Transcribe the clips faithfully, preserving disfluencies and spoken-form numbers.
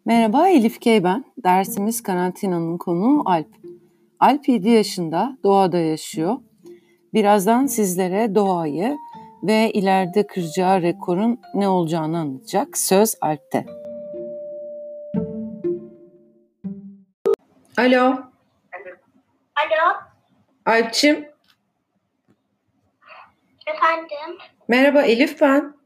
Merhaba, Elif K. ben. Dersimiz karantinanın konuğu Alp. Alp yedi yaşında, doğada yaşıyor. Birazdan sizlere doğayı ve ileride kıracağı rekorun ne olacağını anlatacak. Söz Alp'te. Alo. Alo, Alp'cim. efendim. Merhaba, Elif ben.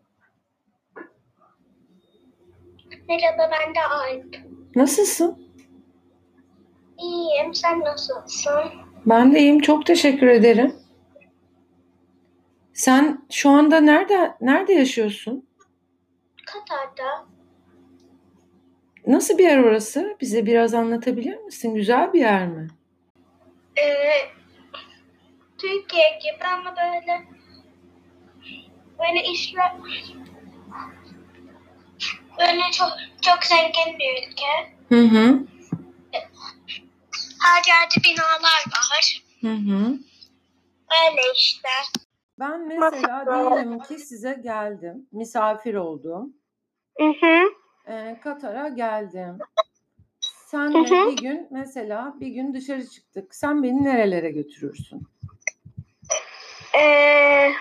Merhaba, ben de Alp. Nasılsın? İyiyim, sen nasılsın? Ben de iyiyim, çok teşekkür ederim. Sen şu anda nerede nerede yaşıyorsun? Katar'da. Nasıl bir yer orası? Bize biraz anlatabilir misin? Güzel bir yer mi? Ee, Türkiye gibi ama böyle böyle işler böyle çok çok zengin bir ülke. Hı hı. Her yerde binalar var. Hı hı. Öyle işte. Ben mesela diyelim ki size geldim, misafir oldum, Hı hı. ee, Katar'a geldim. Senle Hı hı. bir gün mesela bir gün dışarı çıktık. Sen beni nerelere götürürsün? Ee,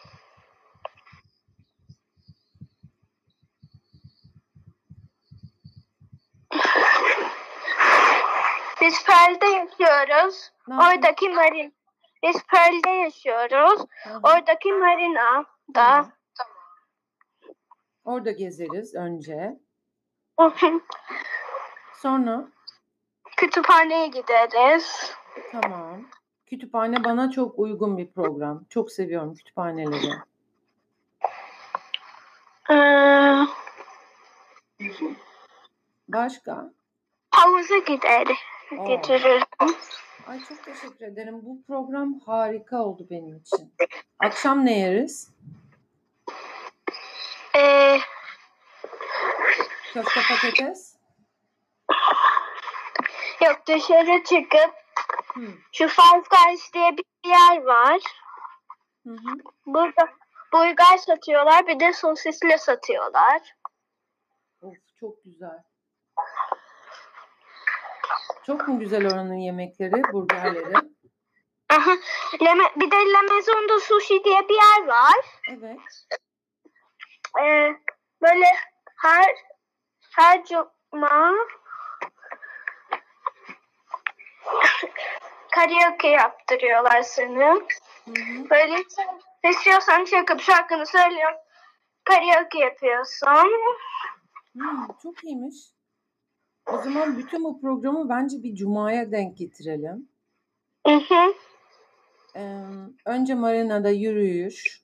Biz Pearl'de yaşıyoruz. Ne yapayım? Oradaki marin. Biz Pearl'de yaşıyoruz. Hı hı. Oradaki marinada. Tamam. Orada gezeriz önce. Sonra Kütüphaneye gideriz. tamam. Kütüphane bana çok uygun bir program. Çok seviyorum kütüphaneleri. Ee, Başka? Havuza gider, Oo. getiririm. Ay çok teşekkür ederim. Bu program harika oldu benim için. Akşam ne yeriz? Ee, Köfte patates. Yok, dışarı çıkıp Hı. şu Five Guys diye bir yer var. Hı hı. Burada burger satıyorlar, bir de sosisli satıyorlar. Of çok güzel. Çok mu güzel oranın yemekleri, burgerleri? Aha. Leme, bir de La Maison'da Sushi diye bir yer var. Evet. Ee, böyle her her cuma karaoke yaptırıyorlar seni. Hı hı. Böyle istiyorsan çıkıp şarkını söylüyorsun, karaoke yapıyorsun. Hmm, çok iyiymiş. O zaman bütün bu programı bence bir cumaya denk getirelim. Hı hı. Ee, önce marinada yürüyüş.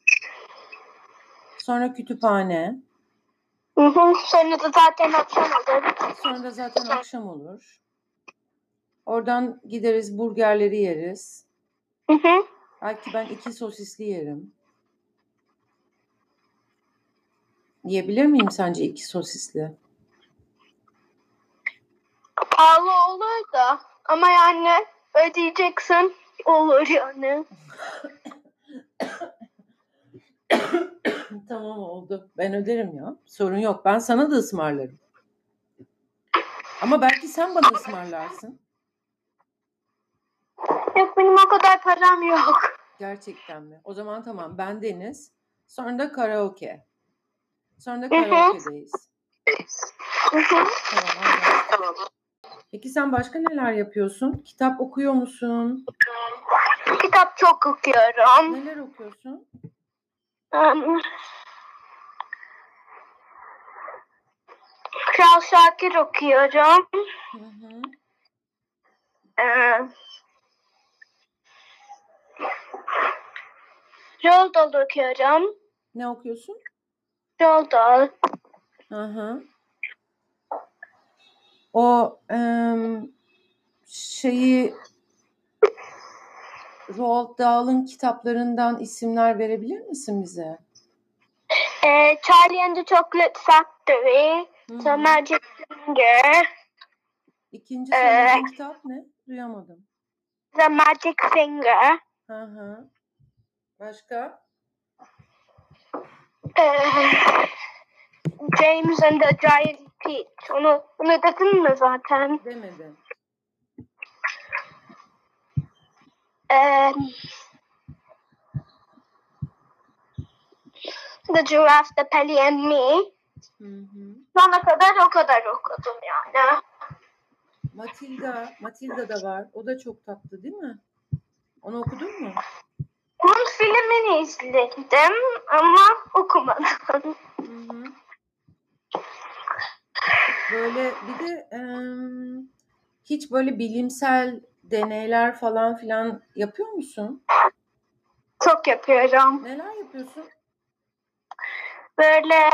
Sonra kütüphane. Hı hı. Sonra da zaten akşam olur. Sonra da zaten akşam olur. Oradan gideriz burgerleri yeriz. Hı hı. Belki ben iki sosisli yerim. Yiyebilir miyim sence iki sosisli? Pahalı olur da ama yani ödeyeceksin, olur yani. Tamam oldu. Ben öderim ya. Sorun yok. Ben sana da ısmarlarım. Ama belki sen bana ısmarlarsın. Yok, benim o kadar param yok. Gerçekten mi? O zaman tamam. Ben Deniz. Sonra da karaoke. Sonra da Hı hı. karaoke'deyiz. Hı hı. Tamam anlaştık. Peki sen başka neler yapıyorsun? Kitap okuyor musun? Kitap çok okuyorum. Neler okuyorsun? Um, Kral Şakir okuyorum. Hı hı. Ee, Roald Dahl okuyorum. Ne okuyorsun? Roald Dahl. Hı hı. O em, şeyi Roald Dahl'ın kitaplarından isimler verebilir misin bize? Ee, Charlie and the Chocolate Factory. Hı The hı. Magic Finger. İkinci Ee, söylediğin kitap ne? Duyamadım. The Magic Finger. Hı hı. Başka? Ee, James and the Giant hiç. Onu, onu dedin mi zaten? Demedin. Ee, The Giraffe, The Penny and Me. Hı hı. Bana kadar o kadar okudum yani. Matilda, Matilda da var. O da çok tatlı değil mi? Onu okudun mu? Onun filmini izledim ama okumadım. Hı hı. Böyle bir de em, hiç böyle bilimsel deneyler falan filan yapıyor musun? Çok yapıyorum. Neler yapıyorsun? Böyle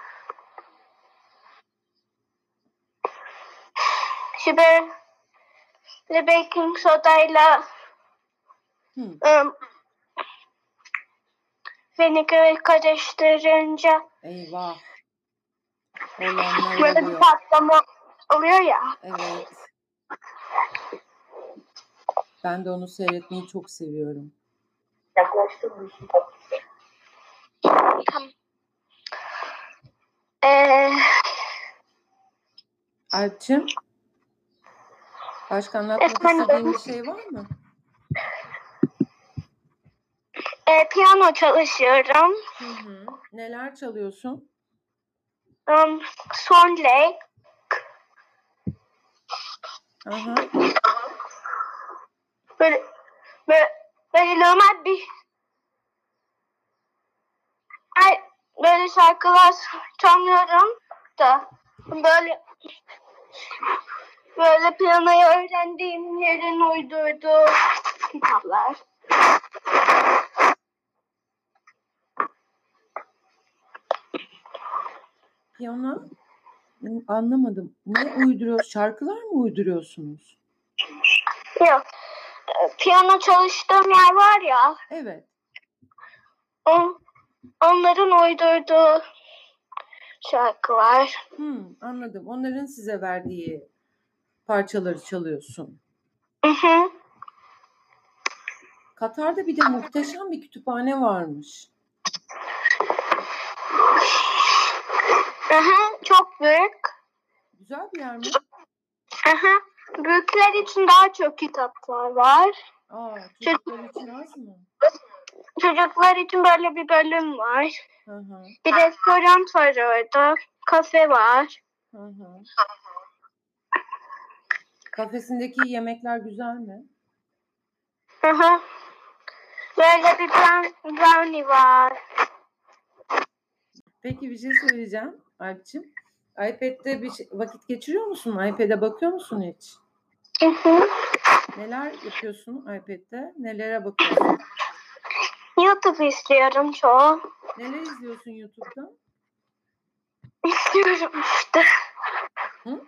işte böyle baking sodayla Hı. ım, vinegarı karıştırınca Eyvah. Olanlar böyle bir oluyor. patlama oluyor ya. Evet. Ben de onu seyretmeyi çok seviyorum. Yaklaştım. Tamam. Ee, Alp'cim, başka anlatmak Efendim? istediğin bir şey var mı? e, piyano çalışıyorum. Hı hı. Neler çalıyorsun? Um, Swan Lake. Aha. Böyle, böyle, böyle normal bir ay, böyle şarkılar çalmıyorum da böyle böyle piyanoyu öğrendiğim yerin uydurduğu kitaplar. Piyano? Anlamadım. Ne uyduruyorsunuz? Şarkılar mı uyduruyorsunuz? Yok. e, Piyano çalıştığım yer var ya. Evet. On, onların uydurduğu şarkılar. Hmm, anladım. Onların size verdiği parçaları çalıyorsun. Hı hı. Katar'da bir de muhteşem bir kütüphane varmış. Aha, çok büyük. Güzel bir yer mi? Aha, büyükler için daha çok kitaplar var. Aa, çocuklar için az mı? Çocuklar için böyle bir bölüm var. Hı hı. Bir restoran var orada. Kafe var. Hı hı. Kafesindeki yemekler güzel mi? Aha. Böyle bir brown- brownie var. Peki bir şey söyleyeceğim Alp'ciğim. iPad'de bir şey, vakit geçiriyor musun? iPad'e bakıyor musun hiç? Hı hı. Neler yapıyorsun iPad'de? Nelere bakıyorsun? YouTube izliyorum çoğu. Neler izliyorsun YouTube'da? İzliyorum işte. Hı?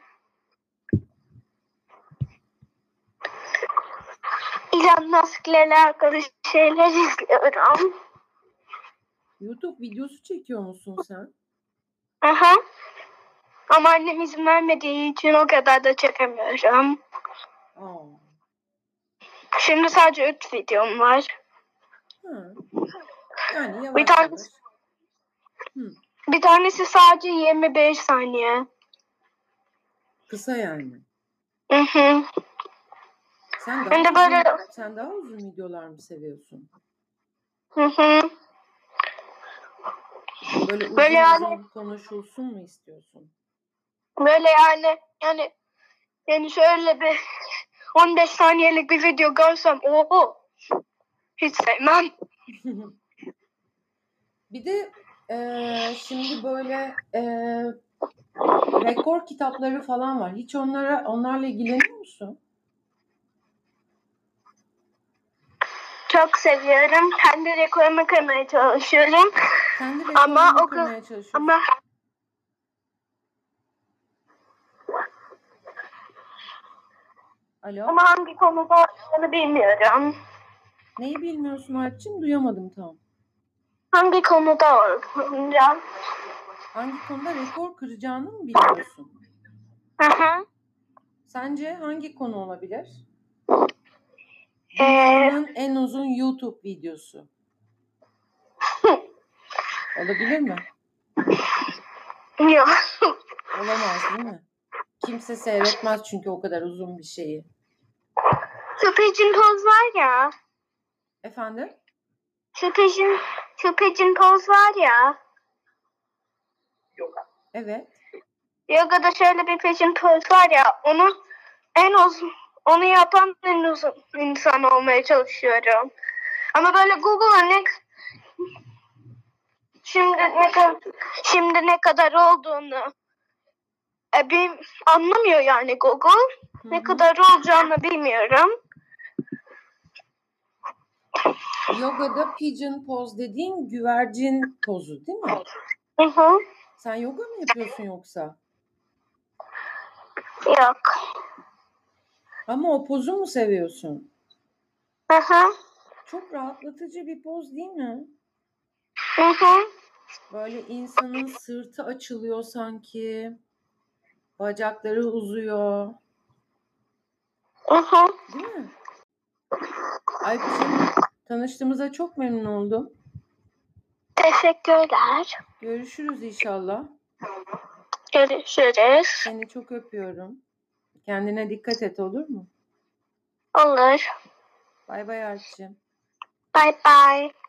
Elon Musk'la alakalı şeyler izliyorum. YouTube videosu çekiyor musun sen? Aha. Ama annem izin vermediği için o kadar da çekemiyorum. Aa. Şimdi sadece üç videom var. Hı. Yani Bir yavaş tane yavaş. Hı. Bir tanesi sadece yirmi beş saniye. Kısa yani. Hı hı. Sen daha Ben de uzun, böyle sen daha uzun videolar mı seviyorsun? hı hı. Böyle uzun Böyle yani uzun konuşulsun mu istiyorsun? böyle yani yani yani şöyle bir on beş saniyelik bir video görsem oho hiç sevmem. Bir de eee, şimdi böyle eee, rekor kitapları falan var. Hiç onlara onlarla ilgileniyor musun? Çok seviyorum. Kendi rekorumu kırmaya çalışıyorum. Kendi Ama rekorunu o kadar kırmaya çalışıyorsun. ama Alo? ama hangi konuda olduğunu bilmiyorum. Neyi bilmiyorsun Alp'ciğim? Duyamadım tam. Hangi konuda olduğunu. Hangi konuda rekor kıracağını mı bilmiyorsun? Hı hı. Sence hangi konu olabilir? Ee, Dünyanın en uzun YouTube videosu. Olabilir mi? yok. Olamaz değil mi? Kimse seyretmez çünkü o kadar uzun bir şeyi. Şu pigeon pose var ya. Efendim? Şu pigeon, şu pigeon pose var ya. Evet. Yoga'da şöyle bir pigeon pose var ya. Onu en uzun, onu yapan en uzun insan olmaya çalışıyorum. Ama böyle Google'a ne şimdi ne kadar şimdi ne kadar olduğunu e, bir anlamıyor yani Google. Hı Ne hı. kadar olacağını bilmiyorum. Yogada pigeon pose dediğin güvercin pozu değil mi? Hı hı. Sen yoga mı yapıyorsun yoksa? Yok. Ama o pozu mu seviyorsun? Hı hı. Çok rahatlatıcı bir poz değil mi? Hı hı. Böyle insanın sırtı açılıyor sanki. Bacakları uzuyor. Hı hı. Değil mi? Alp'cığım, tanıştığımıza çok memnun oldum. Teşekkürler. Görüşürüz inşallah. Görüşürüz. Seni çok öpüyorum. Kendine dikkat et, olur mu? Olur. Bay bay Alp'cığım. Bye bye.